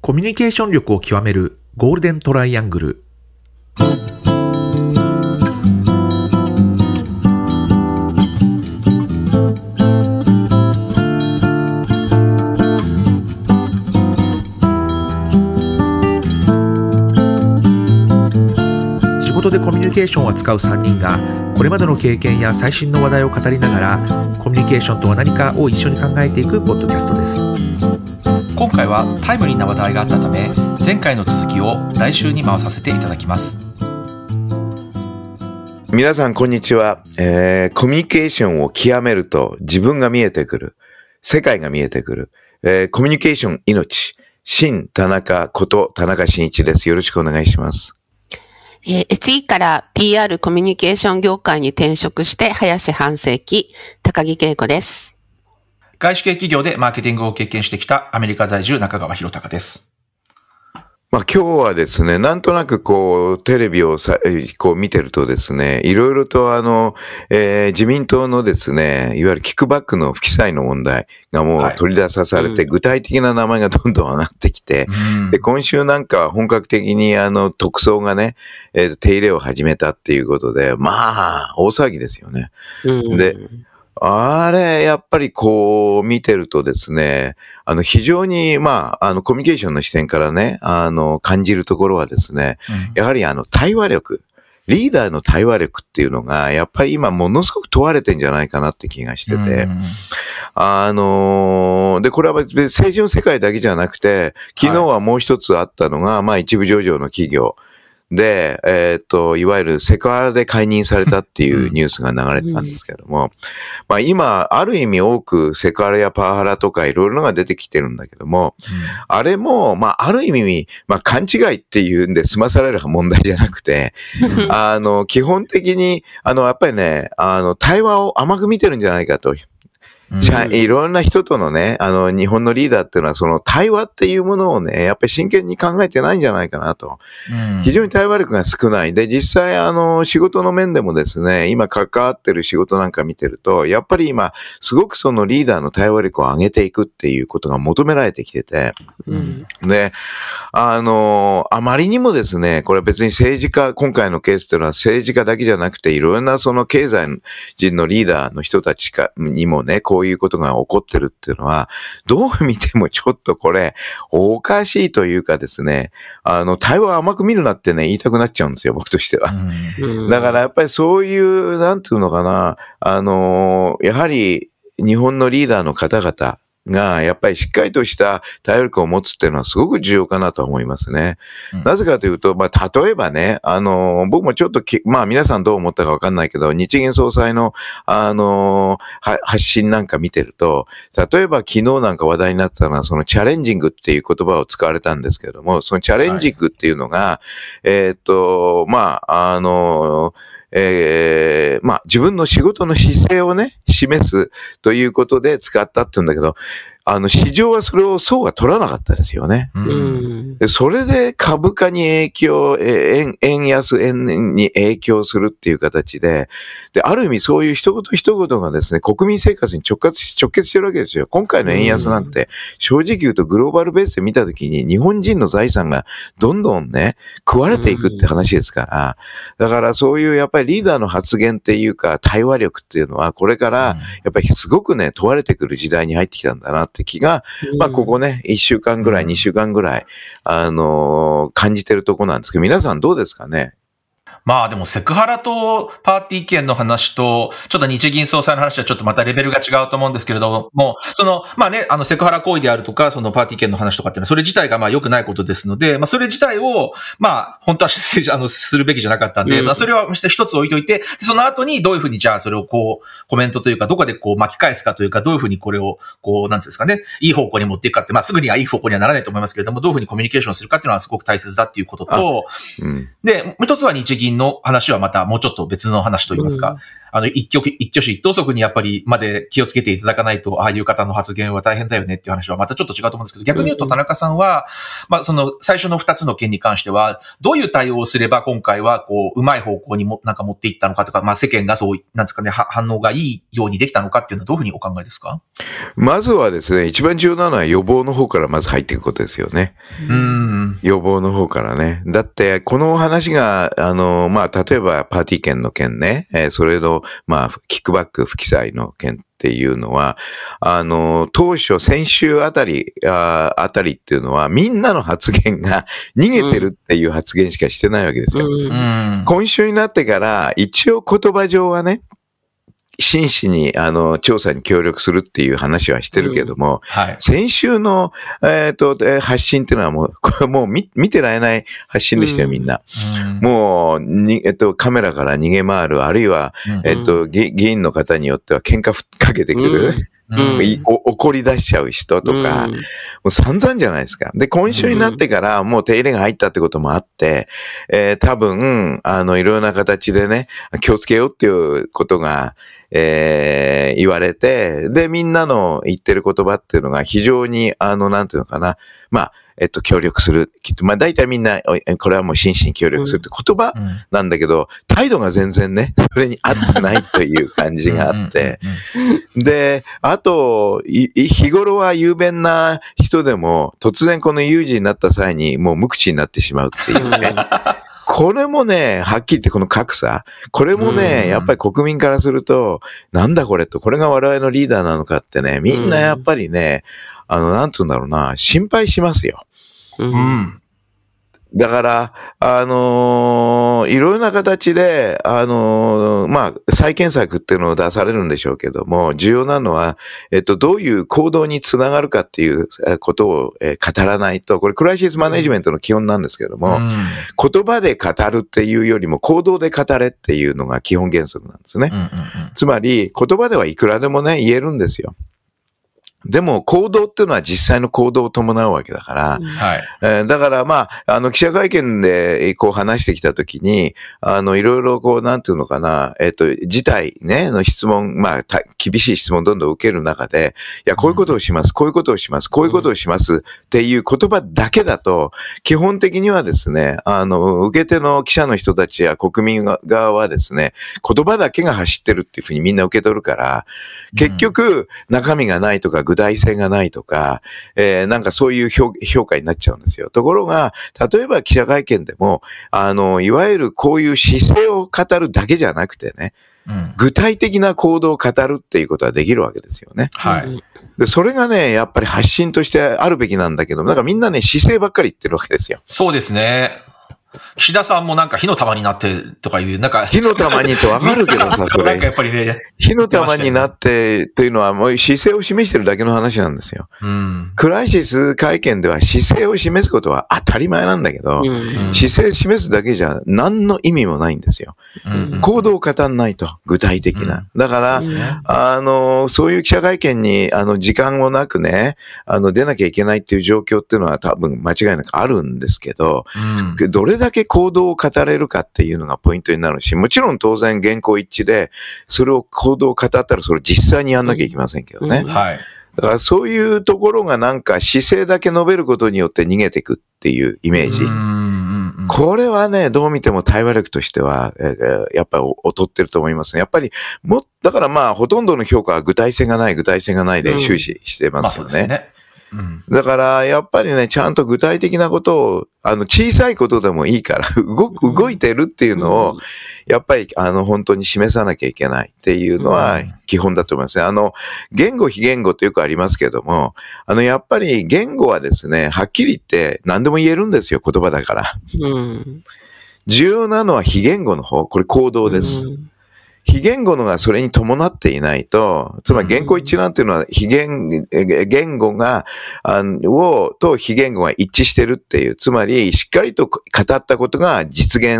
コミュニケーション力を極めるゴールデントライアングル。仕事でコミュニケーションを扱う3人がこれまでの経験や最新の話題を語りながらコミュニケーションとは何かを一緒に考えていくポッドキャストです。今回はタイムリーな話題があったため前回の続きを来週に回させていただきます。 皆さんこんにちは、コミュニケーションを極めると自分が見えてくる、世界が見えてくる、コミュニケーション命、新田中こと田中真一です。よろしくお願いします。 次から PR コミュニケーション業界に転職して林半世紀、高木恵子です。 外資系企業でマーケティングを経験してきたアメリカ在住中川博隆です。 今日はですね、なんとなくテレビを見てるとですね、いろいろと自民党のですね、いわゆるキックバックの不記載の問題がもう取り出されて、具体的な名前がどんどん上がってきて、で、今週なんか本格的に特捜がね、手入れを始めたっていうことで、大騒ぎですよね。で、あれ、やっぱり見てるとですね、非常に、コミュニケーションの視点からね、感じるところはですね、やはり対話力、リーダーの対話力っていうのが、やっぱり今ものすごく問われてんじゃないかなって気がしてて、で、これは別に政治の世界だけじゃなくて、昨日はもう一つあったのが、一部上場の企業、で、いわゆるセクハラで解任されたっていうニュースが流れてたんですけども、今、ある意味多くセクハラやパワハラとかいろいろのが出てきてるんだけども、あれも、ある意味、勘違いっていうんで済まされる問題じゃなくて、基本的に、やっぱりね、対話を甘く見てるんじゃないかと。いろんな人とのね、日本のリーダーっていうのはその対話っていうものをね、やっぱり真剣に考えてないんじゃないかなと。非常に対話力が少ない。で、実際仕事の面でもですね、今関わってる仕事なんか見てると、やっぱり今、すごくそのリーダーの対話力を上げていくっていうことが求められてきてて、で、あまりにもですね、これは別に政治家、今回のケースっていうのは政治家だけじゃなくて、いろんなその経済人のリーダーの人たちにもね、こういうことが起こってるっていうのは、どう見てもちょっとこれ、おかしいというかですね、対話を甘く見るなってね、言いたくなっちゃうんですよ、僕としては。だからやっぱりそういう、なんていうのかな、やはり日本のリーダーの方々、が、やっぱりしっかりとした対応力を持つっていうのはすごく重要かなと思いますね。なぜかというと、例えばね、僕もちょっと皆さんどう思ったかわかんないけど、日銀総裁の、発信なんか見てると、例えば昨日なんか話題になってたのは、そのチャレンジングっていう言葉を使われたんですけれども、そのチャレンジングっていうのが、自分の仕事の姿勢をね、示すということで使ったって言うんだけど、市場はそれをそうは取らなかったですよね。でそれで株価に影響、円安、円に影響するっていう形で、ある意味そういう一言一言がですね、国民生活に直結してるわけですよ。今回の円安なんて、正直言うとグローバルベースで見たときに日本人の財産がどんどんね、食われていくって話ですから、だからそういうやっぱりリーダーの発言っていうか対話力っていうのはこれからやっぱりすごくね、問われてくる時代に入ってきたんだなって気が、ここね、1週間ぐらい、2週間ぐらい、感じてるとこなんですけど、皆さんどうですかね？ でもセクハラとパーティー券の話と、ちょっと日銀総裁の話はちょっとまたレベルが違うと思うんですけれども、セクハラ行為であるとか、そのパーティー券の話とかっていうのは、それ自体が良くないことですので、それ自体を、本当はするべきじゃなかったんで、それは一つ置いといて、その後にどういうふうにじゃあそれをコメントというか、どこで巻き返すかというか、どういうふうにこれを、なんていうんですかね、いい方向に持っていくかって、すぐにはいい方向にはならないと思いますけれども、どういうふうにコミュニケーションするかっていうのはすごく大切だっていうことと、で、もう一つは日銀近の話はまたもうちょっと別の話といいますか、一挙手一投足にやっぱりまで気をつけていただかないと、ああいう方の発言は大変だよねっていう話はまたちょっと違うと思うんですけど、逆に言うと田中さんは、その最初の2つの件に関しては、どういう対応をすれば今回はうまい方向に持っていったのかとか、世間がそう、なんですかね、反応がいいようにできたのかっていうのはどういうふうにお考えですか？ まずはですね、一番重要なのは予防の方からまず入っていくことですよね。予防の方からね。だって、この話が、例えばパーティー券の件ね、それの、キックバック不記載の件っていうのは、当初、先週あたりっていうのは、みんなの発言が逃げてるっていう発言しかしてないわけですよ。今週になってから、一応言葉上はね、真摯に、調査に協力するっていう話はしてるけども、先週の、発信っていうのはこれもう見てられない発信でしたよ、みんな。もう、カメラから逃げ回る、あるいは、議員の方によっては喧嘩かけてくる。怒り出しちゃう人とか、もう散々じゃないですか。で、今週になってからもう手入れが入ったってこともあって、多分、いろんな形でね、気をつけようっていうことが、言われて、で、みんなの言ってる言葉っていうのが非常に、なんていうのかな、協力する。きっと、大体みんな、これはもう真摯に協力するって言葉なんだけど、態度が全然ね、それに合ってないという感じがあって。で、あと、日頃は雄弁な人でも、突然この有事になった際に、もう無口になってしまうっていうね。これもね、はっきり言ってこの格差。これもね、やっぱり国民からすると、なんだこれと、これが我々のリーダーなのかってね、みんなやっぱりね、なんて言うんだろうな、心配しますよ。だから、いろいろな形で、再建策っていうのを出されるんでしょうけども、重要なのは、どういう行動につながるかっていうことを語らないと、これクライシスマネジメントの基本なんですけども、言葉で語るっていうよりも行動で語れっていうのが基本原則なんですね。つまり、言葉ではいくらでもね、言えるんですよ。でも行動っていうのは実際の行動を伴うわけだから、だから記者会見で話してきたときに、いろいろなんていうのかな、事態ね、の質問、厳しい質問をどんどん受ける中で、いや、こういうことをします、こういうことをします、こういうことをしますっていう言葉だけだと、基本的にはですね、受け手の記者の人たちや国民側はですね、言葉だけが走ってるっていうふうにみんな受け取るから、結局、中身がないとか、具体性がないとか、なんかそういう評価になっちゃうんですよ。ところが、例えば記者会見でも、いわゆるこういう姿勢を語るだけじゃなくてね、具体的な行動を語るっていうことはできるわけですよね。で、それがね、やっぱり発信としてあるべきなんだけど、なんかみんなね、姿勢ばっかり言ってるわけですよ。 そうですね。岸田さんもなんか火の玉になってとかいう、なんか。 火の玉にってわかるけどさ、それ。 なんかやっぱりね。 火の玉になってというのはもう姿勢を示してるだけの話なんですよ。クライシス会見では姿勢を示すことは当たり前なんだけど、姿勢を示すだけじゃ何の意味もないんですよ。行動を語らないと、具体的な。だから、そういう記者会見に時間もなくね、出なきゃいけないっていう状況っていうのは多分間違いなくあるんですけど、どれだけ行動を語れるかっていうのがポイントになるし、もちろん当然原稿一致で、それを行動を語ったらそれを実際にやんなきゃいけませんけどね。だからそういうところがなんか姿勢だけ述べることによって逃げていくっていうイメージ。これはね、どう見ても対話力としては、やっぱり劣ってると思いますね。やっぱりだからほとんどの評価は具体性がないで終始してますよね。だから、やっぱりね、ちゃんと具体的なことを、小さいことでもいいから、動いてるっていうのを、やっぱり、本当に示さなきゃいけないっていうのは基本だと思いますね。言語非言語ってよくありますけども、やっぱり言語はですね、はっきり言って何でも言えるんですよ、言葉だから。重要なのは非言語の方、これ行動です。非言語のがそれに伴っていないと、つまり言語一致なんていうのは言語が、と非言語が一致してるっていう、つまりしっかりと語ったことが実現、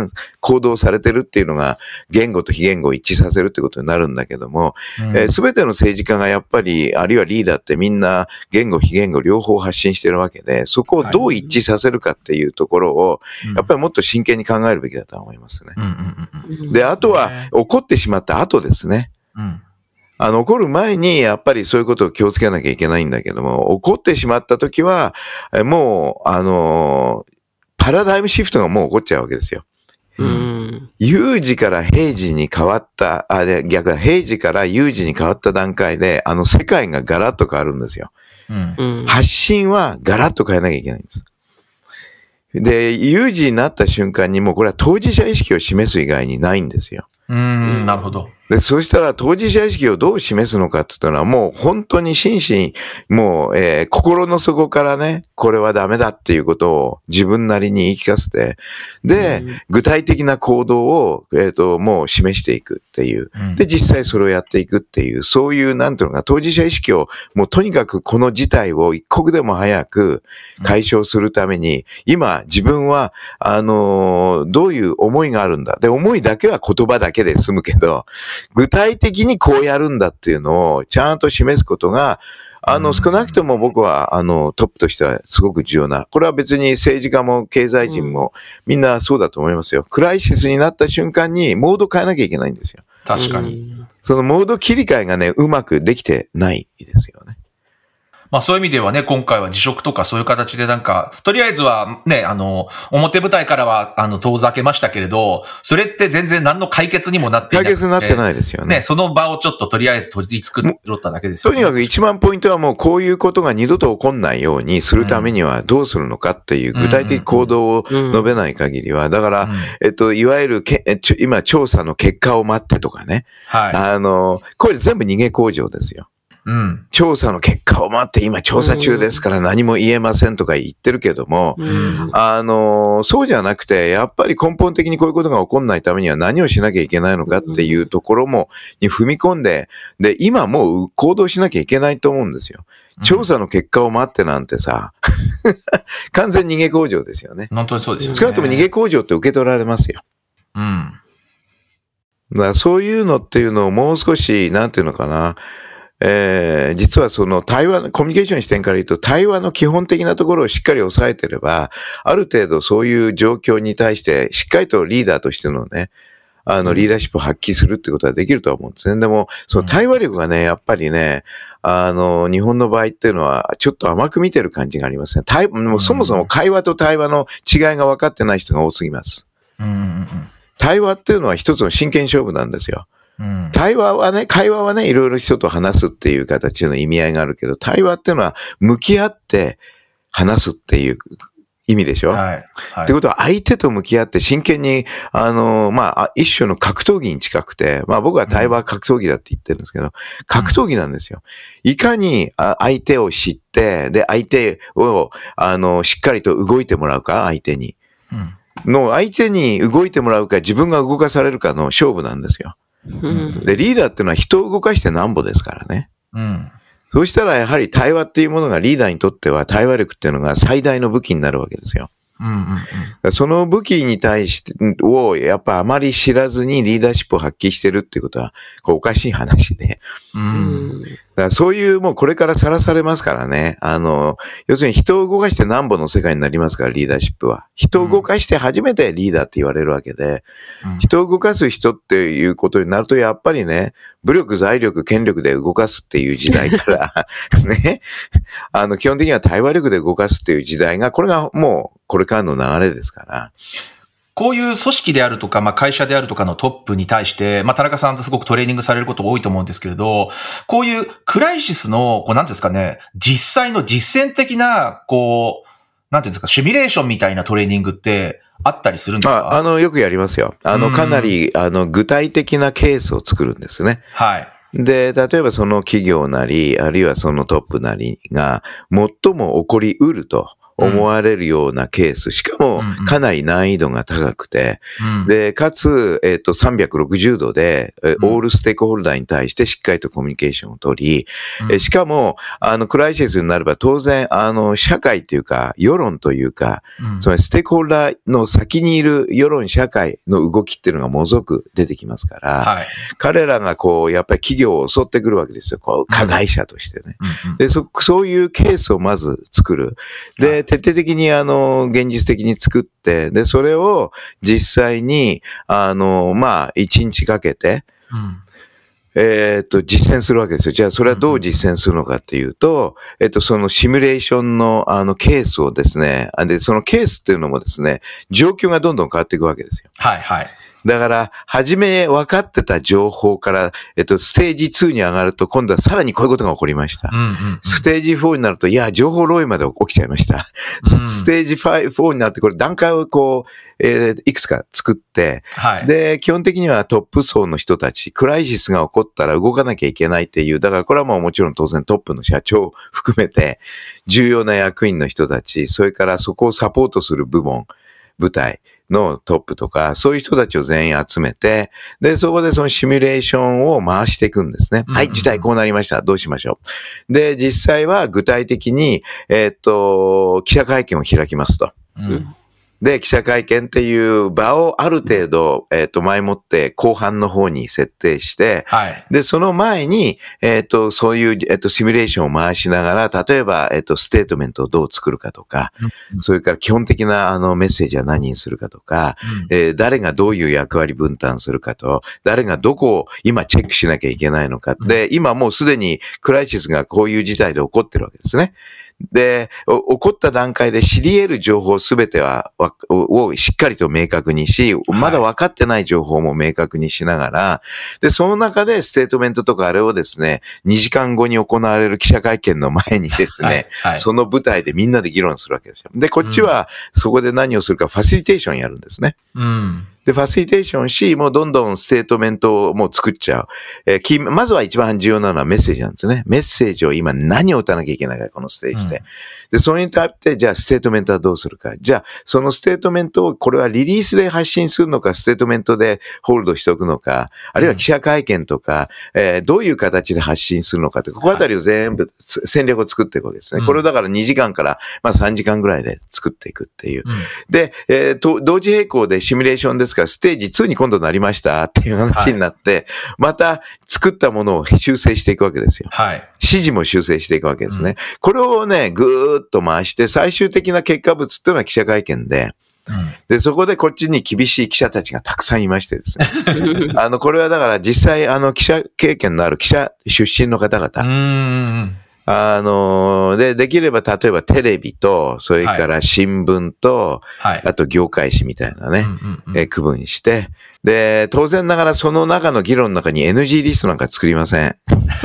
行動されてるっていうのが言語と非言語を一致させるってことになるんだけども、全ての政治家がやっぱり、あるいはリーダーってみんな言語非言語両方発信してるわけで、そこをどう一致させるかっていうところを、やっぱりもっと真剣に考えるべきだと思いますね。で、あとは怒ってしまった後ですね。怒る前にやっぱりそういうことを気をつけなきゃいけないんだけども、怒ってしまった時は、もう、パラダイムシフトがもう起こっちゃうわけですよ。有事から平時に変わった、逆だ、平時から有事に変わった段階で、世界がガラッと変わるんですよ。発信はガラッと変えなきゃいけないんです。で、有事になった瞬間にもうこれは当事者意識を示す以外にないんですよ。 なるほど。 で、そうしたら当事者意識をどう示すのかって言ったのはもう本当に真摯に、もう、心の底からね、これはダメだっていうことを自分なりに言い聞かせて、で、具体的な行動を、もう示していくっていう。で、実際それをやっていくっていう、そういう、なんていうのか、当事者意識を、もうとにかくこの事態を一刻でも早く解消するために、今自分は、どういう思いがあるんだ。で、思いだけは言葉だけで済むけど、具体的にこうやるんだっていうのをちゃんと示すことが、少なくとも僕は、トップとしてはすごく重要な。これは別に政治家も経済人もみんなそうだと思いますよ。クライシスになった瞬間にモード変えなきゃいけないんですよ。 確かに。 そのモード切り替えがね、うまくできてないですよね。 まあそういう意味ではね、今回は辞職とかそういう形でなんか、とりあえずはね、表舞台からは遠ざけましたけれど、それって全然何の解決にもなっていない。 解決になってないですよね。 ね、その場をちょっととりあえず取り作っただけですよね。 とにかく一番ポイントはもうこういうことが二度と起こんないようにするためにはどうするのかっていう具体的行動を述べない限りは、だから、いわゆる今調査の結果を待ってとかね。これ全部逃げ工場ですよ。調査の結果を待って今調査中ですから何も言えませんとか言ってるけども、そうじゃなくて、やっぱり根本的にこういうことが起こんないためには何をしなきゃいけないのかっていうところも、に踏み込んで、で、今もう行動しなきゃいけないと思うんですよ。調査の結果を待ってなんてさ、完全逃げ工場ですよね。 本当にそうですよね。 少なくとも逃げ工場って受け取られますよ。だからそういうのっていうのをもう少し、なんていうのかな、実はその対話、コミュニケーションの視点から言うと、対話の基本的なところをしっかり抑えてれば、ある程度そういう状況に対して、しっかりとリーダーとしてのね、リーダーシップを発揮するってことはできるとは思うんですね。でも、その対話力がね、やっぱりね、日本の場合っていうのは、ちょっと甘く見てる感じがありますね。もうそもそも会話と対話の違いが分かってない人が多すぎます。対話っていうのは一つの真剣勝負なんですよ。会話はね、いろいろ人と話すっていう形の意味合いがあるけど、対話っていうのは向き合って話すっていう意味でしょ。ってことは相手と向き合って真剣に、一種の格闘技に近くて、僕は対話格闘技だって言ってるんですけど、格闘技なんですよ。いかに相手を知って、で、相手を、しっかりと動いてもらうか、相手に動いてもらうか、自分が動かされるかの勝負なんですよ。で、リーダーっていうのは人を動かしてなんぼですからね。そうしたらやはり対話っていうものがリーダーにとっては対話力っていうのが最大の武器になるわけですよ。その武器に対してをやっぱあまり知らずにリーダーシップを発揮してるっていうことはこれおかしい話で、だからそういうもうこれからさらされますからね。要するに人を動かしてなんぼの世界になりますから、リーダーシップは。人を動かして初めてリーダーって言われるわけで、人を動かす人っていうことになると、やっぱりね、武力、財力、権力で動かすっていう時代からね、基本的には対話力で動かすっていう時代が、これがもうこれからの流れですから。 こういう組織であるとか、会社であるとかのトップに対して、田中さんとすごくトレーニングされること多いと思うんですけれど、こういうクライシスの、なんていうんですかね、実際の実践的な、なんていうんですか、シミュレーションみたいなトレーニングってあったりするんですか？ よくやりますよ。かなり、具体的なケースを作るんですね。で、例えばその企業なり、あるいはそのトップなりが、最も起こりうると思われるようなケース、しかもかなり難易度が高くて、で、かつ、360度で、オールステークホルダーに対してしっかりとコミュニケーションを取り、しかも、クライシスになれば当然、社会というか、世論というか、そのステークホルダーの先にいる世論社会の動きっていうのがものすごく出てきますから、彼らがやっぱり企業を襲ってくるわけですよ。加害者としてね。で、そういうケースをまず作る。で、徹底的に現実的に作って、で、それを実際に、1日かけて、実践するわけですよ。じゃあ、それはどう実践するのかっていうと、そのシミュレーションのケースをですね、で、そのケースっていうのもですね、状況がどんどん変わっていくわけですよ。 はいはい。 だから、初め分かってた情報から、ステージ2に上がると、今度はさらにこういうことが起こりました。ステージ4になると、いや、情報漏洩まで起きちゃいました。ステージ4になって、これ段階をいくつか作って、で、基本的にはトップ層の人たち、クライシスが起こったら動かなきゃいけないっていう、だからこれはもちろん当然トップの社長を含めて、重要な役員の人たち、それからそこをサポートする部隊のトップとか、そういう人たちを全員集めて、で、そこでそのシミュレーションを回していくんですね。はい、事態こうなりました。どうしましょう。で、実際は具体的に、記者会見を開きますと。で、記者会見っていう場をある程度、前もって後半の方に設定して、で、その前に、そういう、シミュレーションを回しながら、例えば、ステートメントをどう作るかとか、それから基本的な、メッセージは何にするかとか、誰がどういう役割分担するかと、誰がどこを今チェックしなきゃいけないのか。で、今もうすでにクライシスがこういう事態で起こってるわけですね。で、起こった段階で知り得る情報すべてをしっかりと明確にし、まだ分かってない情報も明確にしながら、で、その中でステートメントとかあれをですね、2時間後に行われる記者会見の前にですね、その舞台でみんなで議論するわけですよ。で、こっちはそこで何をするかファシリテーションやるんですね。で、ファシリテーションし、もうどんどんステートメントをもう作っちゃう。まずは一番重要なのはメッセージなんですね。メッセージを今何を打たなきゃいけないか、このステージで。で、それに対して、じゃあステートメントはどうするか。じゃあ、そのステートメントを、これはリリースで発信するのか、ステートメントでホールドしておくのか、あるいは記者会見とか、どういう形で発信するのかとか、ここあたりを全部戦略を作っていくわけですね。これをだから2時間から3時間ぐらいで作っていくっていう。で、同時並行でシミュレーションですから、ステージ2に今度なりましたっていう話になって、また作ったものを修正していくわけですよ。指示も修正していくわけですね。これをね、ぐーっと回して、最終的な結果物っていうのは記者会見で、で、そこでこっちに厳しい記者たちがたくさんいましてですね。これはだから実際、記者経験のある記者出身の方々。できれば、例えばテレビと、それから新聞と、あと業界誌みたいなね、区分して、で、当然ながらその中の議論の中に NG リストなんか作りません。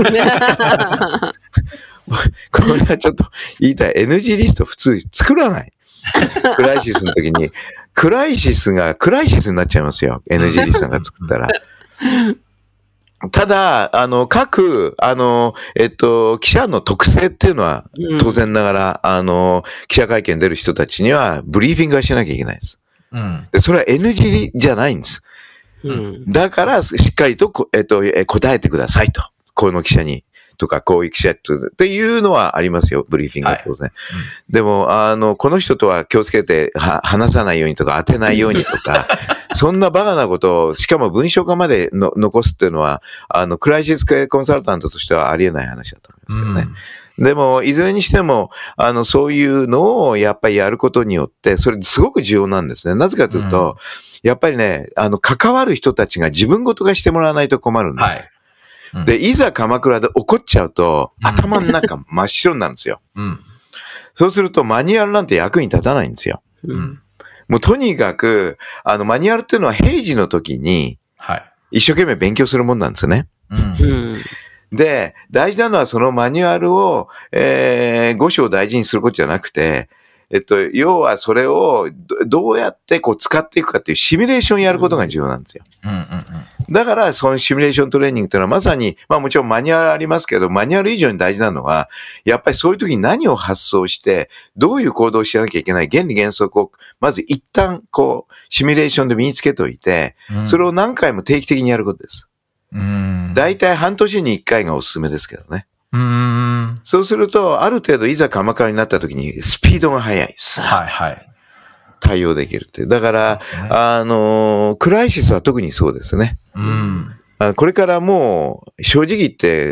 これはちょっと言いたい。NG リスト普通作らない。クライシスの時に。クライシスになっちゃいますよ。NG リストなんか作ったら。ただ、各、記者の特性っていうのは、当然ながら、記者会見出る人たちには、ブリーフィングはしなきゃいけないです。でそれは NG じゃないんです。だから、しっかりと、答えてくださいと。この記者に。とか、こういう記者っていうのはありますよ、ブリーフィングは当然。でも、この人とは気をつけて話さないようにとか、当てないようにとか、そんなバカなことを、しかも文章化まで残すっていうのは、クライシス系コンサルタントとしてはありえない話だと思いますけどね。でも、いずれにしても、そういうのをやっぱりやることによって、それすごく重要なんですね。なぜかというと、やっぱりね、関わる人たちが自分ごと化してもらわないと困るんですよ。で、いざ鎌倉で怒っちゃうと、頭の中真っ白になるんですよ。そうすると、マニュアルなんて役に立たないんですよ。もうとにかく、マニュアルっていうのは平時の時に、一生懸命勉強するもんなんですね。で、大事なのはそのマニュアルを、語書を大事にすることじゃなくて、要はそれをどうやってこう使っていくかっていうシミュレーションをやることが重要なんですよ。 だから、そのシミュレーショントレーニングっていうのはまさに、まあもちろんマニュアルありますけど、マニュアル以上に大事なのは、やっぱりそういう時に何を発想して、どういう行動をしなきゃいけない原理原則を、まず一旦、シミュレーションで身につけておいて、それを何回も定期的にやることです。だいたい半年に1回がおすすめですけどね。そうすると、ある程度いざ鎌倉になった時にスピードが速い。 はいはい。 対応できるっていう。だから、クライシスは特にそうですね。これからもう、正直言って、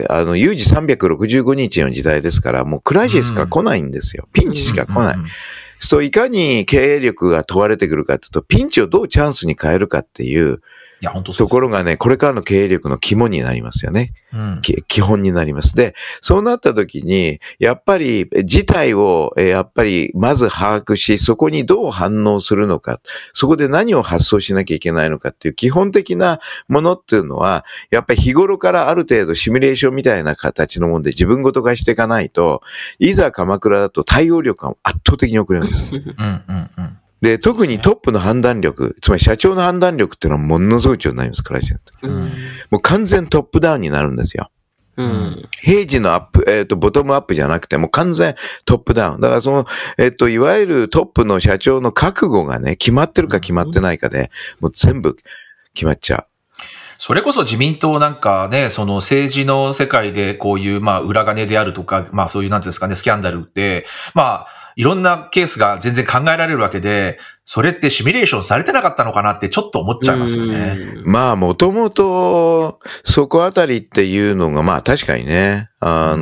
有事365日の時代ですから、もうクライシスが来ないんですよ。ピンチしか来ない。そう、いかに経営力が問われてくるかというと、ピンチをどうチャンスに変えるかっていうところがね、これからの経営力の肝になりますよね。基本になります。で、そうなった時に、やっぱり事態を、やっぱりまず把握し、そこにどう反応するのか、そこで何を発想しなきゃいけないのかっていう基本的なものっていうのは、やっぱり日頃からある程度シミュレーションみたいな形のもので自分ごと化していかないと、いざ鎌倉だと対応力が圧倒的に遅れるんです。で、特にトップの判断力、つまり社長の判断力っていうのはものすごい重要になります、クライシスの時。もう完全トップダウンになるんですよ。平時のアップ、ボトムアップじゃなくて、もう完全トップダウン。だからその、いわゆるトップの社長の覚悟がね、決まってるか決まってないかで、もう全部決まっちゃう。 それこそ自民党なんかね、その政治の世界でこういう、まあ裏金であるとか、まあそういうなんていうんですかね、スキャンダルって、まあいろんなケースが全然考えられるわけで、それってシミュレーションされてなかったのかなってちょっと思っちゃいますよね。 まあもともとそこあたりっていうのが、まあ確かにね、ま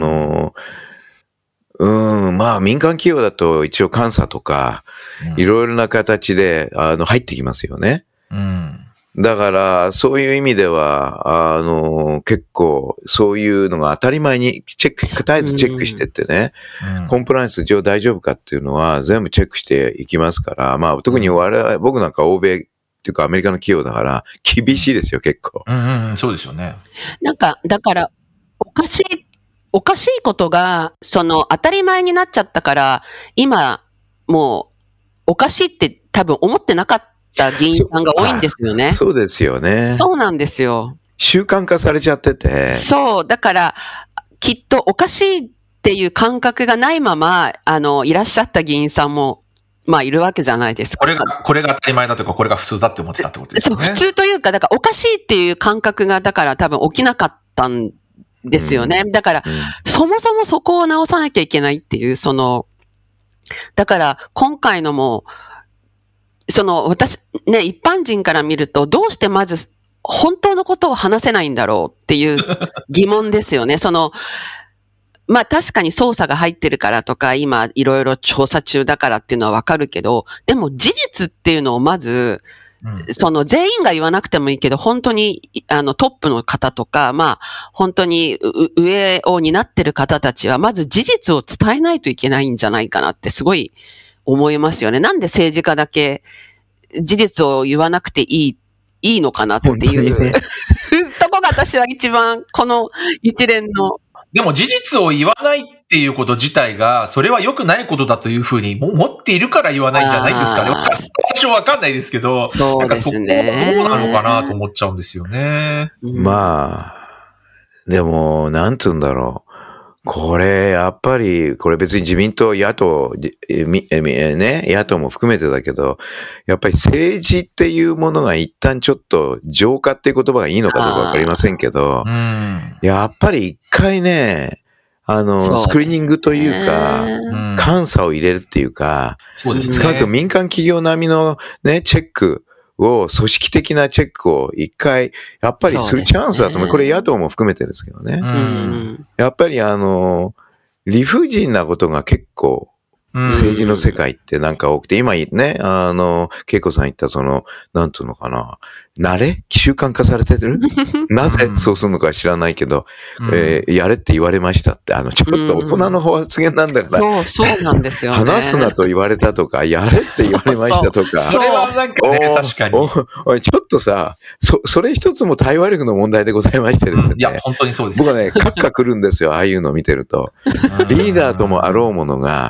あ民間企業だと一応監査とか、いろいろな形で入ってきますよね。だから、そういう意味では、結構、そういうのが当たり前に絶えずチェックしてってね、コンプライアンス上大丈夫かっていうのは全部チェックしていきますから、まあ、特に僕なんか欧米っていうかアメリカの企業だから、厳しいですよ、結構。 そうですよね。 なんか、だから、おかしいことが、当たり前になっちゃったから、今、もう、おかしいって多分思ってなかった。議員さんが多いんですよね。 そうですよね。 そうなんですよ。 習慣化されちゃってて。 そう。だから、きっとおかしいっていう感覚がないまま、いらっしゃった議員さんも、まあ、いるわけじゃないですか。 これが当たり前だとか、これが普通だって思ってたってことですよね。 そう、普通というか、だからおかしいっていう感覚が、だから多分起きなかったんですよね。だから、そもそもそこを直さなきゃいけないっていう、だから、今回のも、私、ね、一般人から見ると、どうしてまず、本当のことを話せないんだろうっていう疑問ですよね。まあ確かに捜査が入ってるからとか、今いろいろ調査中だからっていうのはわかるけど、でも事実っていうのをまず、全員が言わなくてもいいけど、本当に、トップの方とか、まあ、本当に上を担ってる方たちは、まず事実を伝えないといけないんじゃないかなってすごい思いますよね。なんで政治家だけ事実を言わなくていいのかなっていう、ね、とこが私は一番この一連の。 でも事実を言わないっていうこと自体が、それは良くないことだというふうに思っているから言わないんじゃないんですかね。私はわかんないですけど、 そうですね。 なんかそこどうなのかなと思っちゃうんですよね。 まあ、でも、なんて言うんだろう。これ、やっぱり、これ別に自民党、野党、ね、野党も含めてだけど、やっぱり政治っていうものが一旦ちょっと浄化っていう言葉がいいのかどうかわかりませんけど、やっぱり一回ね、スクリーニングというか、監査を入れるっていうか、 そうですね。 使うと民間企業並みのね、チェックを、組織的なチェックを一回、やっぱりするチャンスだと思う。これ野党も含めてですけどね。やっぱり理不尽なことが結構、政治の世界ってなんか多くて、今ね、恵子さん言ったなんていうのかな、慣れ習慣化されてるなぜそうするのか知らないけど、やれって言われましたって、ちょっと大人の発言なんだから、 そうなんですよね。 話すなと言われたとか、やれって言われましたとか。 それはなんかね、確かに。 おい、ちょっとさ、それ一つも対話力の問題でございましてですね。 いや、本当にそうです。 僕はね、カッカ来るんですよ、ああいうのを見てると。リーダーともあろうものが、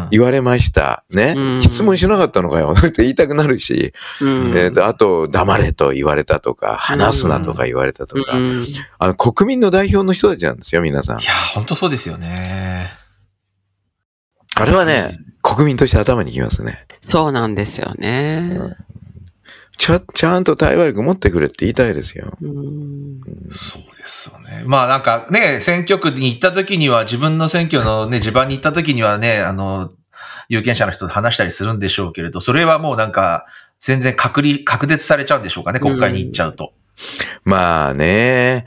言われました。ね。質問しなかったのかよって言いたくなるし、あと、黙れと言われたとか、話すなとか言われたとか、国民の代表の人たちなんですよ、皆さん。 いや、本当そうですよね。 あれはね、国民として頭にきますね。 そうなんですよね。 ちゃんと対話力持ってくれって言いたいですよ。 そうですよね。まあなんかね、選挙区に行った時には、自分の選挙のね、地盤に行った時にはね、有権者の人と話したりするんでしょうけれど、それはもうなんか、全然確絶されちゃうんでしょうかね、国会に行っちゃうと。 まあね、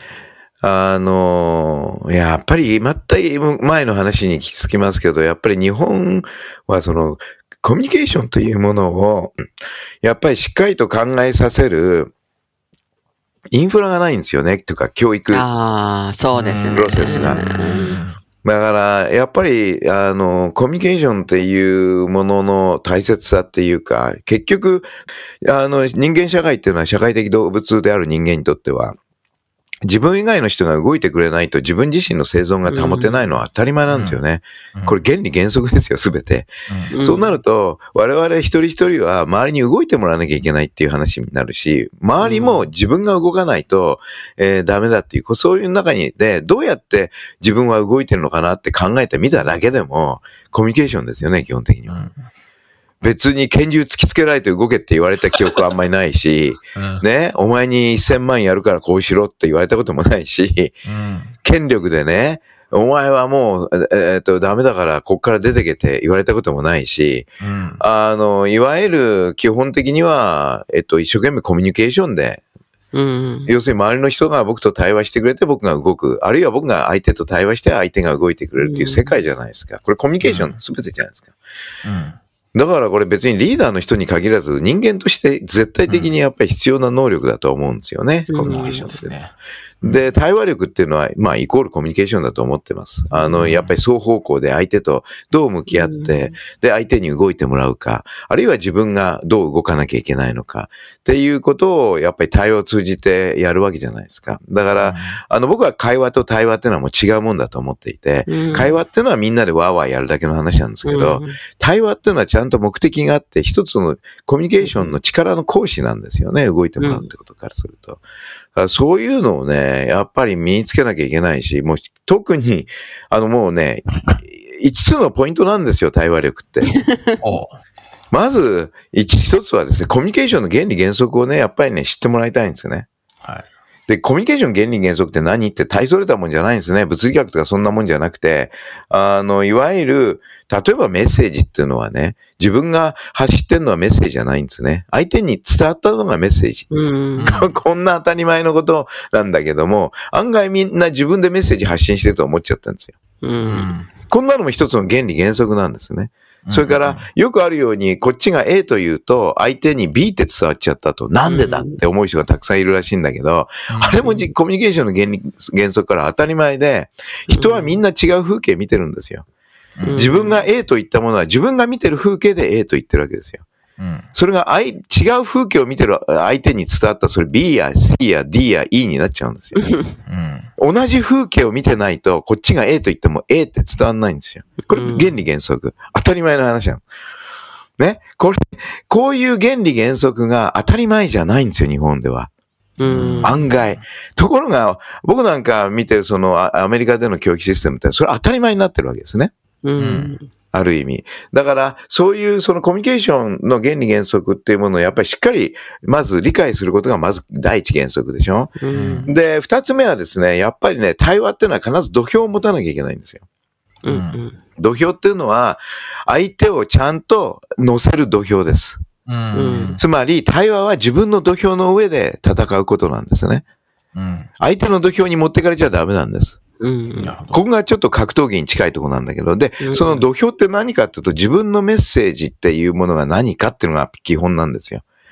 やっぱり、全く前の話に聞きつきますけど、やっぱり日本はコミュニケーションというものを、やっぱりしっかりと考えさせる、インフラがないんですよね、とか、教育。 そうですね。 プロセスが。だから、やっぱり、コミュニケーションっていうものの大切さっていうか、結局、人間社会っていうのは社会的動物である人間にとっては、自分以外の人が動いてくれないと自分自身の生存が保てないのは当たり前なんですよね。これ原理原則ですよ、すべて。そうなると、我々一人一人は周りに動いてもらわなきゃいけないっていう話になるし、周りも自分が動かないと、ダメだっていう、そういう中に、どうやって自分は動いてるのかなって考えてみただけでも、コミュニケーションですよね、基本的には。別に拳銃突きつけられて動けって言われた記憶はあんまりないし、ね、お前に1000万やるからこうしろって言われたこともないし、権力でね、お前はもう、ダメだからこっから出てけって言われたこともないし、いわゆる基本的には、一生懸命コミュニケーションで、要するに周りの人が僕と対話してくれて僕が動く。あるいは僕が相手と対話して相手が動いてくれるっていう世界じゃないですか。これコミュニケーション全てじゃないですか。だからこれ別にリーダーの人に限らず人間として絶対的にやっぱり必要な能力だと思うんですよね。コミュニケーションですね。で、対話力っていうのは、まあ、イコールコミュニケーションだと思ってます。やっぱり双方向で相手とどう向き合って、で、相手に動いてもらうか、あるいは自分がどう動かなきゃいけないのか、っていうことを、やっぱり対話を通じてやるわけじゃないですか。だから、僕は会話と対話っていうのはもう違うもんだと思っていて、会話っていうのはみんなでワーワーやるだけの話なんですけど、対話っていうのはちゃんと目的があって、一つのコミュニケーションの力の行使なんですよね、動いてもらうってことからすると。そういうのをね、やっぱり身につけなきゃいけないし、もう特に、もうね、5つのポイントなんですよ、対話力って。まず、一つはですね、コミュニケーションの原理原則をね、やっぱりね、知ってもらいたいんですよね。はい。で、コミュニケーション原理原則って何って大それたもんじゃないんですね。物理学とかそんなもんじゃなくて、いわゆる、例えばメッセージっていうのはね、自分が発してるのはメッセージじゃないんですね。相手に伝わったのがメッセージ。こんな当たり前のことなんだけども、案外みんな自分でメッセージ発信してると思っちゃったんですよ。こんなのも一つの原理原則なんですね。それから、よくあるように、こっちが A と言うと、相手に B って伝わっちゃったと、なんでだって思う人がたくさんいるらしいんだけど、あれもコミュニケーションの原則から当たり前で、人はみんな違う風景見てるんですよ。自分が A と言ったものは、自分が見てる風景で A と言ってるわけですよ。それが違う風景を見てる相手に伝わったら、それ B や C や D や E になっちゃうんですよ。同じ風景を見てないと、こっちが A と言っても A って伝わんないんですよ。これ原理原則。当たり前の話なの。ね。こういう原理原則が当たり前じゃないんですよ、日本では。案外。ところが、僕なんか見てるそのアメリカでの教育システムって、それ当たり前になってるわけですね。ある意味。だから、そういうそのコミュニケーションの原理原則っていうものをやっぱりしっかり、まず理解することがまず第一原則でしょ。で、二つ目はですね、やっぱりね、対話っていうのは必ず土俵を持たなきゃいけないんですよ。土俵っていうのは、相手をちゃんと乗せる土俵です。つまり、対話は自分の土俵の上で戦うことなんですね。相手の土俵に持ってかれちゃダメなんです。ここがちょっと格闘技に近いところなんだけど、で、その土俵って何かっていうと、自分のメッセージっていうものが何かっていうのが基本なんですよ。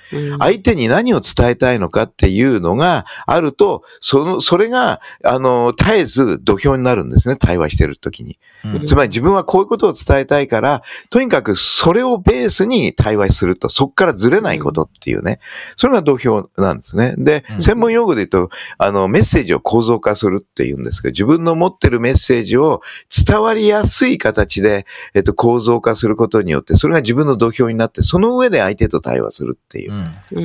相手に何を伝えたいのかっていうのがあると、それが、絶えず土俵になるんですね、対話してるときに。つまり自分はこういうことを伝えたいから、とにかくそれをベースに対話すると、そこからずれないことっていうね。それが土俵なんですね。で、専門用語で言うと、メッセージを構造化するっていうんですけど、自分の持ってるメッセージを伝わりやすい形で、構造化することによって、それが自分の土俵になって、その上で相手と対話するっていう、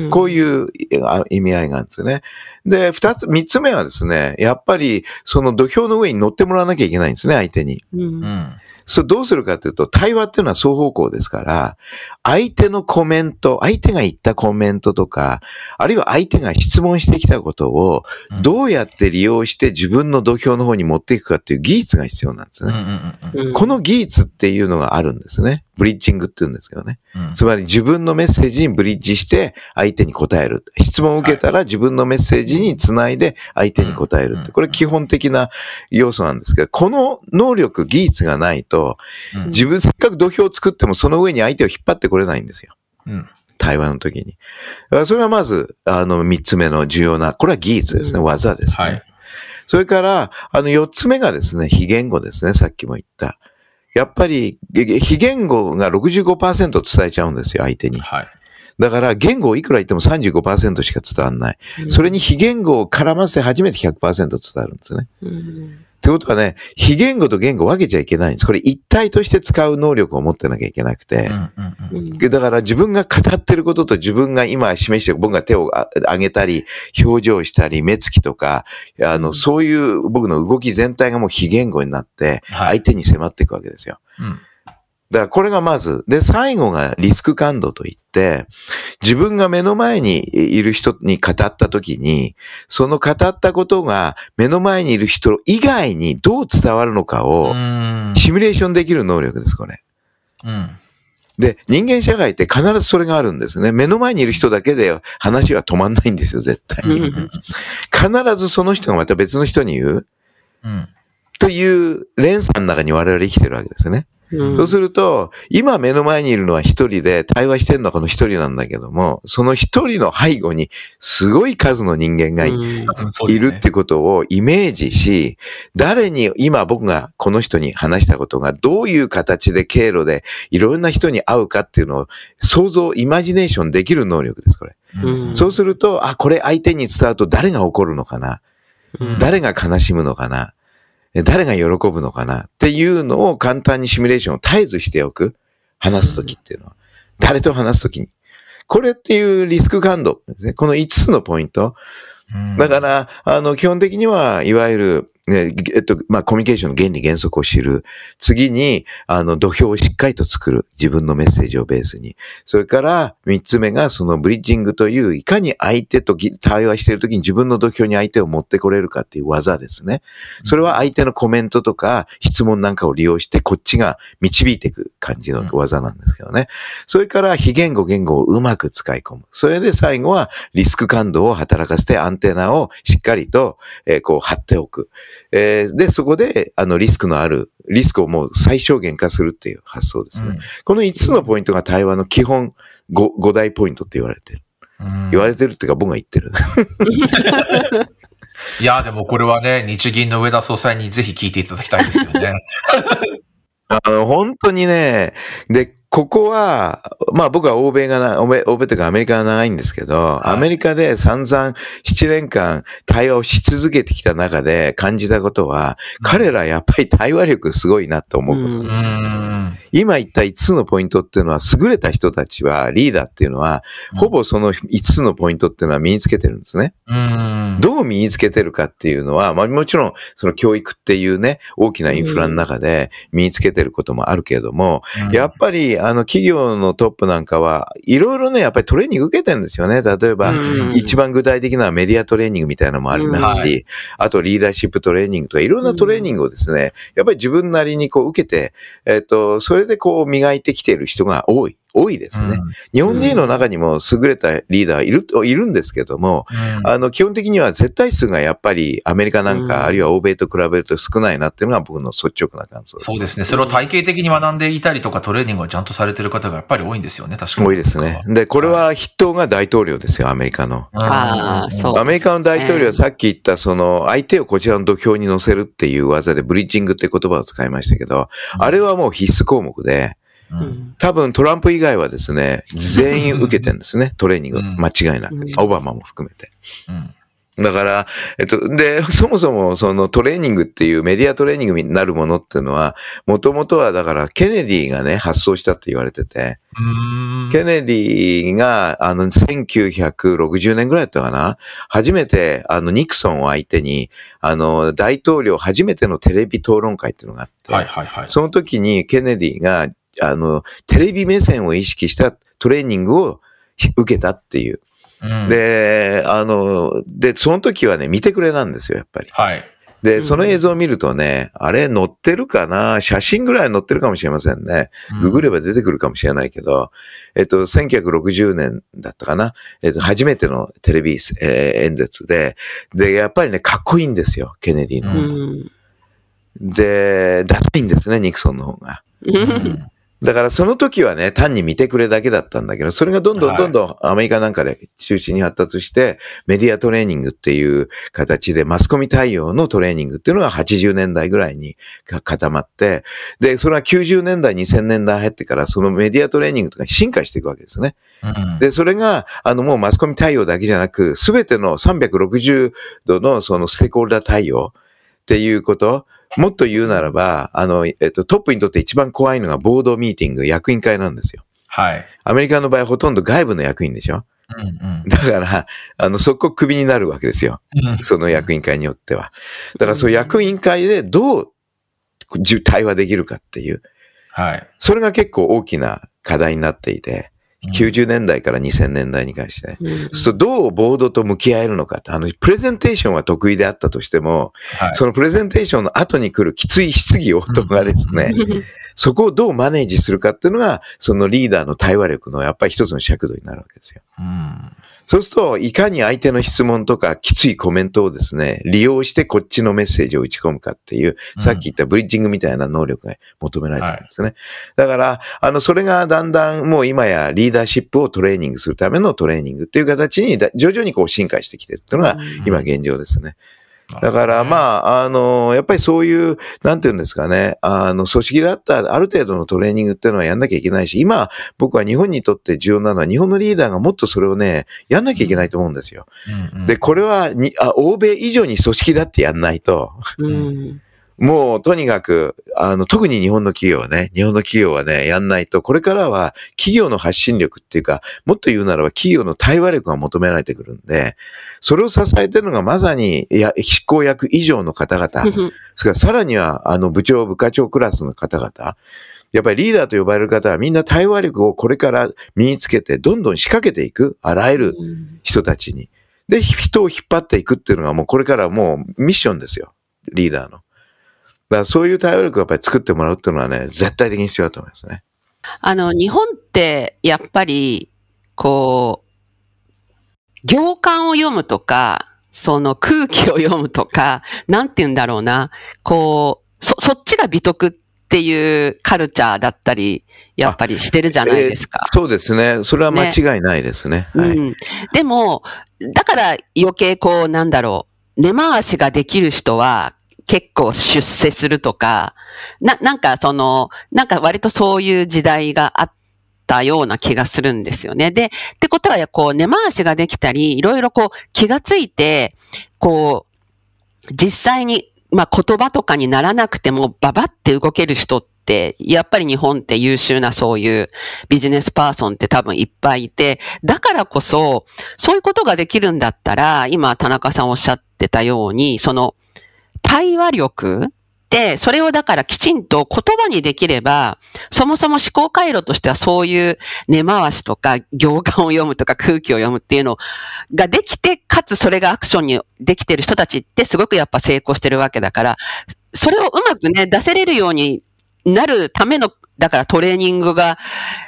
こういう意味合いがあるんですよね。で、三つ目はですね、やっぱり、その土俵の上に乗ってもらわなきゃいけないんですね、相手に。それどうするかというと、対話っていうのは双方向ですから、相手のコメント、相手が言ったコメントとか、あるいは相手が質問してきたことを、どうやって利用して自分の土俵の方に持っていくかっていう技術が必要なんですね。この技術っていうのがあるんですね。ブリッジングって言うんですけどね。つまり自分のメッセージにブリッジして相手に答える。質問を受けたら自分のメッセージにつないで相手に答えるって。これ基本的な要素なんですけど、この能力、技術がないと、自分せっかく土俵を作ってもその上に相手を引っ張ってこれないんですよ。対話の時に。だからそれはまず、三つ目の重要な、これは技術ですね。技ですね。それから、四つ目がですね、非言語ですね。さっきも言った。やっぱり、非言語が 65% 伝えちゃうんですよ、相手に。だから、言語をいくら言っても 35% しか伝わらない。それに非言語を絡ませて初めて 100% 伝わるんですね。ってことはね、非言語と言語を分けちゃいけないんです。これ一体として使う能力を持ってなきゃいけなくて。だから自分が語ってることと自分が今示してる、僕が手を上げたり、表情したり、目つきとか、そういう僕の動き全体がもう非言語になって、相手に迫っていくわけですよ。だからこれがまず。で、最後がリスク感度といって、自分が目の前にいる人に語ったときに、その語ったことが目の前にいる人以外にどう伝わるのかをシミュレーションできる能力です、これ。で、人間社会って必ずそれがあるんですね。目の前にいる人だけで話は止まんないんですよ、絶対に。必ずその人がまた別の人に言う。という連鎖の中に我々生きてるわけですね。そうすると、今目の前にいるのは一人で、対話してるのはこの一人なんだけども、その一人の背後にすごい数の人間がいるってことをイメージし、誰に今僕がこの人に話したことがどういう形で経路でいろんな人に会うかっていうのを想像、イマジネーションできる能力です、これ。そうすると、これ相手に伝わると誰が怒るのかな、誰が悲しむのかな、誰が喜ぶのかなっていうのを簡単にシミュレーションを絶えずしておく。話すときっていうのは。誰と話すときに。これっていうリスク感度ですね。この5つのポイント。だから、基本的には、いわゆる、コミュニケーションの原理原則を知る。次に、土俵をしっかりと作る。自分のメッセージをベースに。それから、3つ目が、そのブリッジングという、いかに相手と対話しているときに自分の土俵に相手を持ってこれるかっていう技ですね。それは相手のコメントとか、質問なんかを利用して、こっちが導いていく感じの技なんですけどね。それから、非言語、言語をうまく使い込む。それで最後は、リスク感度を働かせて、アンテナをしっかりと、張っておく。で、そこで、リスクをもう最小限化するっていう発想ですね。この5つのポイントが対話の基本5大ポイントって言われてる。言われてるっていうか僕が言ってる。 いや、でもこれはね、日銀の植田総裁にぜひ聞いていただきたいですよね。 本当にね、で、ここは、僕は欧米というかアメリカが長いんですけど、アメリカで散々7年間対話をし続けてきた中で感じたことは、彼らやっぱり対話力すごいなと思うことなんですよ。今言った5つのポイントっていうのは、優れた人たちは、リーダーっていうのは、ほぼその5つのポイントっていうのは身につけてるんですね。どう身につけてるかっていうのは、もちろん、その教育っていうね、大きなインフラの中で身につけてることもあるけれども、やっぱり、企業のトップなんかは、いろいろね、やっぱりトレーニング受けてるんですよね。例えば、一番具体的なメディアトレーニングみたいなのもありますし、あとリーダーシップトレーニングとか、いろんなトレーニングをですね、やっぱり自分なりにこう受けて、それでこう磨いてきている人が多い。 多いですね。日本人の中にも優れたリーダーいるんですけども、基本的には絶対数がやっぱりアメリカなんか、あるいは欧米と比べると少ないなっていうのが僕の率直な感想です。 そうですね。それを体系的に学んでいたりとかトレーニングをちゃんとされてる方がやっぱり多いんですよね、確かに。 多いですね。で、これは筆頭が大統領ですよ、アメリカの。 そう。 アメリカの大統領はさっき言ったその相手をこちらの土俵に乗せるっていう技でブリッジングって言葉を使いましたけど、あれはもう必須項目で、多分トランプ以外はですね、全員受けてるんですね、トレーニング。間違いなく。オバマも含めて。だから、で、そもそもそのトレーニングっていうメディアトレーニングになるものっていうのは、もともとはだからケネディがね、発想したって言われてて、ケネディが1960年ぐらいだったかな、初めてニクソンを相手に、大統領初めてのテレビ討論会っていうのがあって、その時にケネディが、テレビ目線を意識したトレーニングを受けたっていう。で、その時はね、見てくれなんですよ、やっぱり。で、その映像を見るとね、あれ載ってるかな、写真ぐらい載ってるかもしれませんね。ググれば出てくるかもしれないけど、1960年だったかな、初めてのテレビ、演説で、やっぱりね、かっこいいんですよ、ケネディの。で、ダサいんですね、ニクソンの方が。だからその時はね、単に見てくれだけだったんだけど、それがどんどんアメリカなんかで中心に発達して、メディアトレーニングっていう形でマスコミ対応のトレーニングっていうのが80年代ぐらいに固まって、で、それは90年代、2000年代入ってからそのメディアトレーニングとか進化していくわけですね。で、それが、もうマスコミ対応だけじゃなく、すべての360度のそのステークホルダー対応っていうこと、もっと言うならば、トップにとって一番怖いのがボードミーティング、役員会なんですよ。アメリカの場合ほとんど外部の役員でしょ。だから、そこクビになるわけですよ。その役員会によっては。だから、そういう役員会でどう対話できるかっていう。それが結構大きな課題になっていて、90年代から2000年代に関して。そうするとどうボードと向き合えるのかって、プレゼンテーションは得意であったとしても、そのプレゼンテーションの後に来るきつい質疑応答がですね、そこをどうマネージするかっていうのが、そのリーダーの対話力のやっぱり一つの尺度になるわけですよ。そうすると、いかに相手の質問とかきついコメントをですね、利用してこっちのメッセージを打ち込むかっていう、さっき言ったブリッジングみたいな能力が求められてるんですね。だから、それがだんだんもう今やリーダーシップをトレーニングするためのトレーニングっていう形に徐々にこう進化してきてるっていうのが今現状ですね。だから、まあ、やっぱりそういう、なんていうんですかね、組織であったある程度のトレーニングっていうのはやんなきゃいけないし、今、僕は日本にとって重要なのは、日本のリーダーがもっとそれをね、やんなきゃいけないと思うんですよ。で、これは欧米以上に組織だってやんないと、もうとにかく、特に日本の企業はね、やんないと、これからは企業の発信力っていうか、もっと言うならば企業の対話力が求められてくるんで、それを支えてるのがまさに、執行役以上の方々、それからさらには、部長、部下長クラスの方々、やっぱりリーダーと呼ばれる方はみんな対話力をこれから身につけて、どんどん仕掛けていく、あらゆる人たちに。で、人を引っ張っていくっていうのがもうこれからもうミッションですよ、リーダーの。だからそういう対応力をやっぱり作ってもらうっていうのはね、絶対的に必要だと思いますね。 日本ってやっぱり、こう、行間を読むとか、その空気を読むとか、なんて言うんだろうな、こう、そっちが美徳っていうカルチャーだったり、やっぱりしてるじゃないですか。 そうですね。それは間違いないですね。 でも、だから余計こう、なんだろう、根回しができる人は、結構出世するとか、なんか割とそういう時代があったような気がするんですよね。で、ってことは、こう、根回しができたり、いろいろこう、気がついて、こう、実際に、まあ、言葉とかにならなくても、ババって動ける人って、やっぱり日本って優秀なそういうビジネスパーソンって多分いっぱいいて、だからこそ、そういうことができるんだったら、今、田中さんおっしゃってたように、その、対話力で、それをだからきちんと言葉にできれば、そもそも思考回路としてはそういう根回しとか行間を読むとか空気を読むっていうのができて、かつそれがアクションにできてる人たちってすごくやっぱ成功してるわけだから、それをうまくね、出せれるようになるための、だからトレーニングが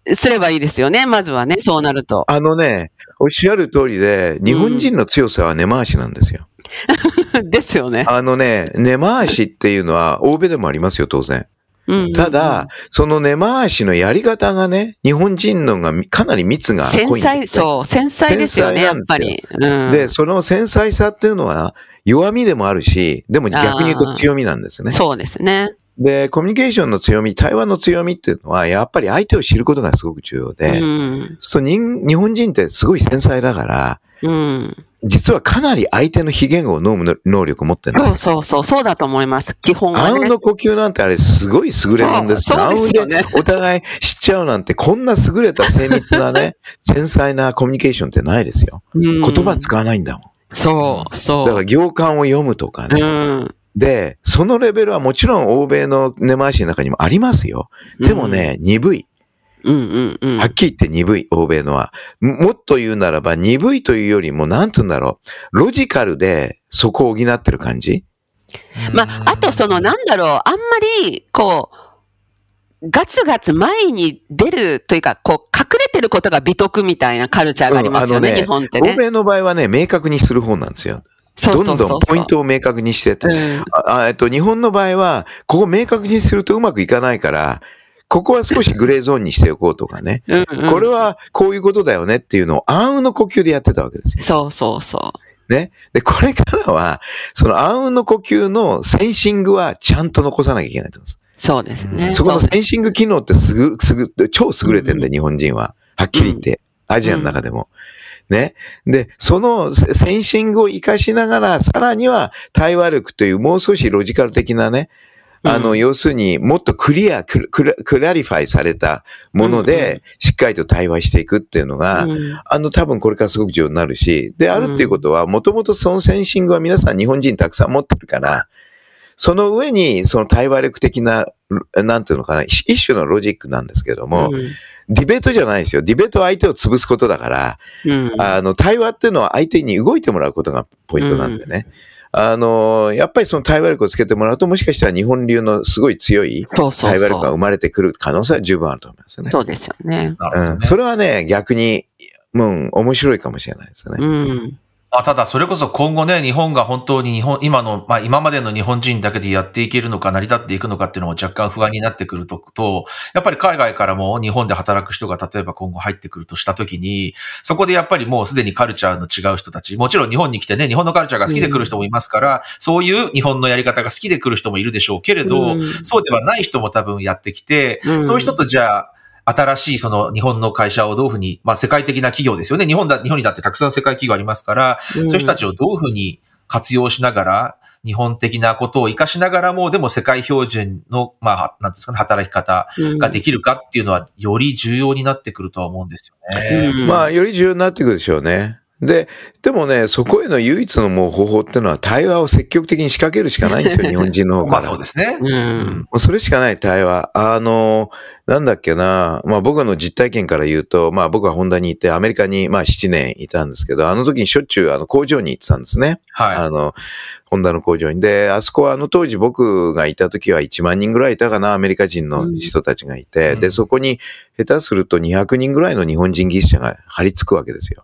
すればいいですよね、まずはね、そうなると。 おっしゃる通りで、日本人の強さは根回しなんですよ。 ですよね。 根回しっていうのは欧米でもありますよ、当然。ただ、その根回しのやり方がね、日本人のがかなり密が濃いんですね。 繊細ですよね、やっぱり。 で、その繊細さっていうのは弱みでもあるし、でも逆に言うと強みなんですね。 そうですね。 で、コミュニケーションの強み、対話の強みっていうのは、やっぱり相手を知ることがすごく重要で、日本人ってすごい繊細だから、実はかなり相手の非言語を飲む能力を持ってる。 そうだと思います。基本はね。 あうんの呼吸なんてあれすごい優れもんですよ。あうんでお互い知っちゃうなんて、こんな優れた精密なね、繊細なコミュニケーションってないですよ。言葉使わないんだもん。だから行間を読むとかね。で、そのレベルはもちろん欧米の根回しの中にもありますよ。でもね、鈍い。はっきり言って鈍い、欧米のは。もっと言うならば、鈍いというよりも、なんて言うんだろう。ロジカルでそこを補ってる感じ。 あとあんまり、ガツガツ前に出るというか、隠れてることが美徳みたいなカルチャーがありますよね、日本ってね。 欧米の場合はね、明確にする方なんですよ。どんどんポイントを明確にしてて。日本の場合は、ここ明確にするとうまくいかないから、ここは少しグレーゾーンにしておこうとかね。これはこういうことだよねっていうのを暗雲の呼吸でやってたわけですよ。ね。で、これからは、その暗雲の呼吸のセンシングはちゃんと残さなきゃいけないと思います。 そうですね。 そこのセンシング機能って超優れてるんで、日本人は。はっきり言って。アジアの中でも。ね。で、そのセンシングを活かしながら、さらには対話力というもう少しロジカル的なね、要するにもっとクラリファイされたもので、しっかりと対話していくっていうのが、多分これからすごく重要になるし、で、あるっていうことは、もともとそのセンシングは皆さん日本人たくさん持ってるから、その上にその対話力的な、なんていうのかな、一種のロジックなんですけども、ディベートじゃないですよ。ディベートは相手を潰すことだから、対話っていうのは相手に動いてもらうことがポイントなんでね。やっぱりその対話力をつけてもらうと、もしかしたら日本流のすごい強い対話力が生まれてくる可能性は十分あると思いますね。 そうですよね。 それはね、逆に、面白いかもしれないですね。 ただ、それこそ今後ね、日本が本当に今までの日本人だけでやっていけるのか、成り立っていくのかっていうのも若干不安になってくると、やっぱり海外からも日本で働く人が例えば今後入ってくるとしたときに、そこでやっぱりもうすでにカルチャーの違う人たち、もちろん日本に来てね、日本のカルチャーが好きで来る人もいますから、そういう日本のやり方が好きで来る人もいるでしょうけれど、そうではない人も多分やってきて、そういう人とじゃあ、新しいその日本の会社をどういうふうに、世界的な企業ですよね。日本にだってたくさん世界企業ありますから、そういう人たちをどういうふうに活用しながら、日本的なことを活かしながらも、でも世界標準の、なんですかね、働き方ができるかっていうのは、より重要になってくるとは思うんですよね。 より重要になってくるでしょうね。でもね、そこへの唯一のもう方法っていうのは対話を積極的に仕掛けるしかないんですよ、日本人の方から。 そうですね。 それしかない対話。なんだっけな、僕の実体験から言うと、僕はホンダにいて、アメリカに7年いたんですけど、あの時にしょっちゅう工場に行ってたんですね。ホンダの工場に。で、あそこは当時僕がいた時は1万人ぐらいいたかな、アメリカ人の人たちがいて、で、そこに下手すると200人ぐらいの日本人技術者が張り付くわけですよ。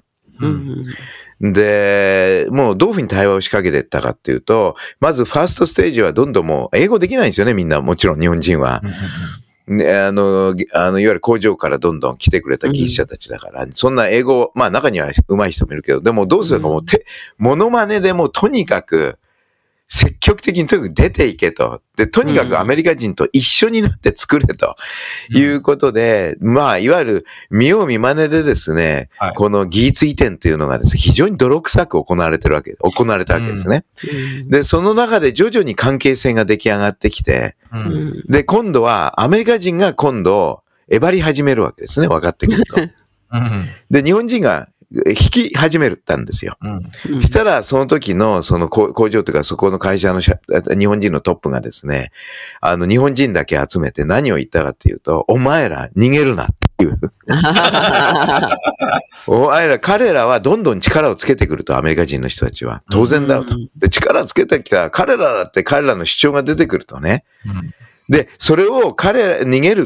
で、もうどういうふうに対話を仕掛けていったかっていうと、まずファーストステージはどんどんもう英語できないんですよね、みんな。もちろん日本人は。いわゆる工場からどんどん来てくれた技術者たちだから、そんな英語、中には上手い人もいるけど、でもどうするかもうモノマネでもとにかく、積極的にとにかく出ていけと。で、とにかくアメリカ人と一緒になって作れということで、いわゆる見よう見真似でですね、この技術移転というのがですね、非常に泥臭く行われたわけですね。で、その中で徐々に関係性が出来上がってきて、で、今度はアメリカ人がえばり始めるわけですね、分かってくると。で、日本人が引き始めたんですよ。したら、その時の、その工場というか、そこの会社の日本人のトップがですね、日本人だけ集めて何を言ったかっていうと、お前ら逃げるなっていう。彼らはどんどん力をつけてくると、アメリカ人の人たちは。当然だろうと。で、力をつけてきた彼らだって彼らの主張が出てくるとね。で、それを逃げるっ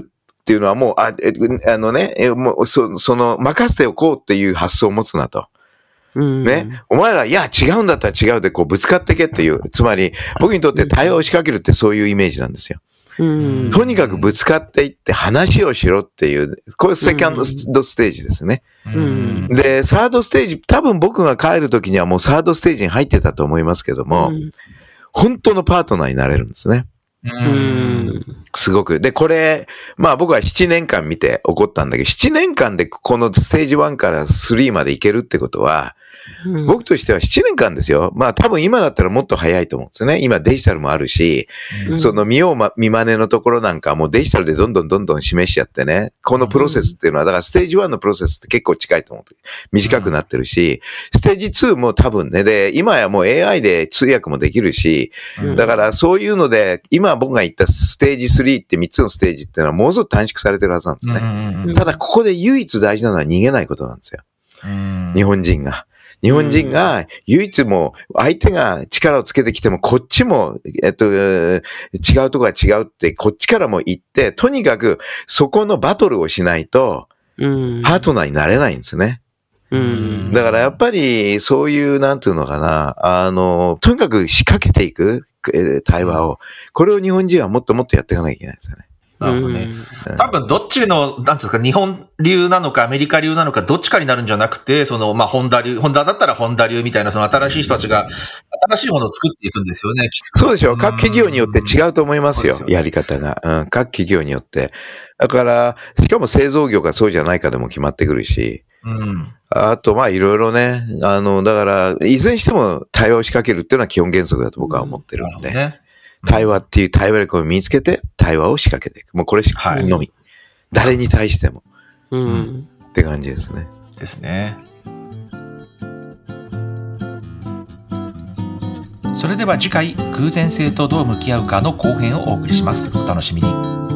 っていうのはもう、もうその、任せておこうっていう発想を持つなと。ね。お前ら、いや、違うんだったら違うで、こう、ぶつかってけっていう。つまり、僕にとって対話を仕掛けるってそういうイメージなんですよ。とにかくぶつかっていって話をしろっていう、これセカンドステージですね。で、サードステージ、多分僕が帰るときにはもうサードステージに入ってたと思いますけども、本当のパートナーになれるんですね。すごく。で、これ、まあ僕は7年間見て怒ったんだけど、7年間でこのステージ1から3までいけるってことは、僕としては7年間ですよ。まあ多分今だったらもっと早いと思うんですよね。今デジタルもあるし、その見よう見まねのところなんかもうデジタルでどんどん示しちゃってね。このプロセスっていうのは、だからステージ1のプロセスって結構近いと思う。短くなってるし、ステージ2も多分ね、で、今やもう AI で通訳もできるし、だからそういうので、今僕が言ったステージ3って3つのステージっていうのはものすごく短縮されてるはずなんですね。ただここで唯一大事なのは逃げないことなんですよ。日本人が唯一も相手が力をつけてきてもこっちも、違うとこが違うってこっちからも言って、とにかくそこのバトルをしないと、パートナーになれないんですね。だからやっぱりそういう、なんていうのかな、とにかく仕掛けていく対話を、これを日本人はもっともっとやっていかなきゃいけないですよね。 なるほどね。多分どっちの、なんですか、日本流なのかアメリカ流なのかどっちかになるんじゃなくて、その、まあ、ホンダだったらホンダ流みたいな、その新しい人たちが新しいものを作っていくんですよね。 そうでしょ。各企業によって違うと思いますよ。やり方が。各企業によって。だから、しかも製造業がそうじゃないかでも決まってくるし。あと、まあ、いろいろね。だから、いずれにしても対話を仕掛けるっていうのは基本原則だと僕は思ってるので。対話っていう対話力を身につけて対話を仕掛けていく。もうこれのみ。誰に対しても。って感じですね。 ですね。それでは次回、偶然性とどう向き合うかの後編をお送りします。お楽しみに。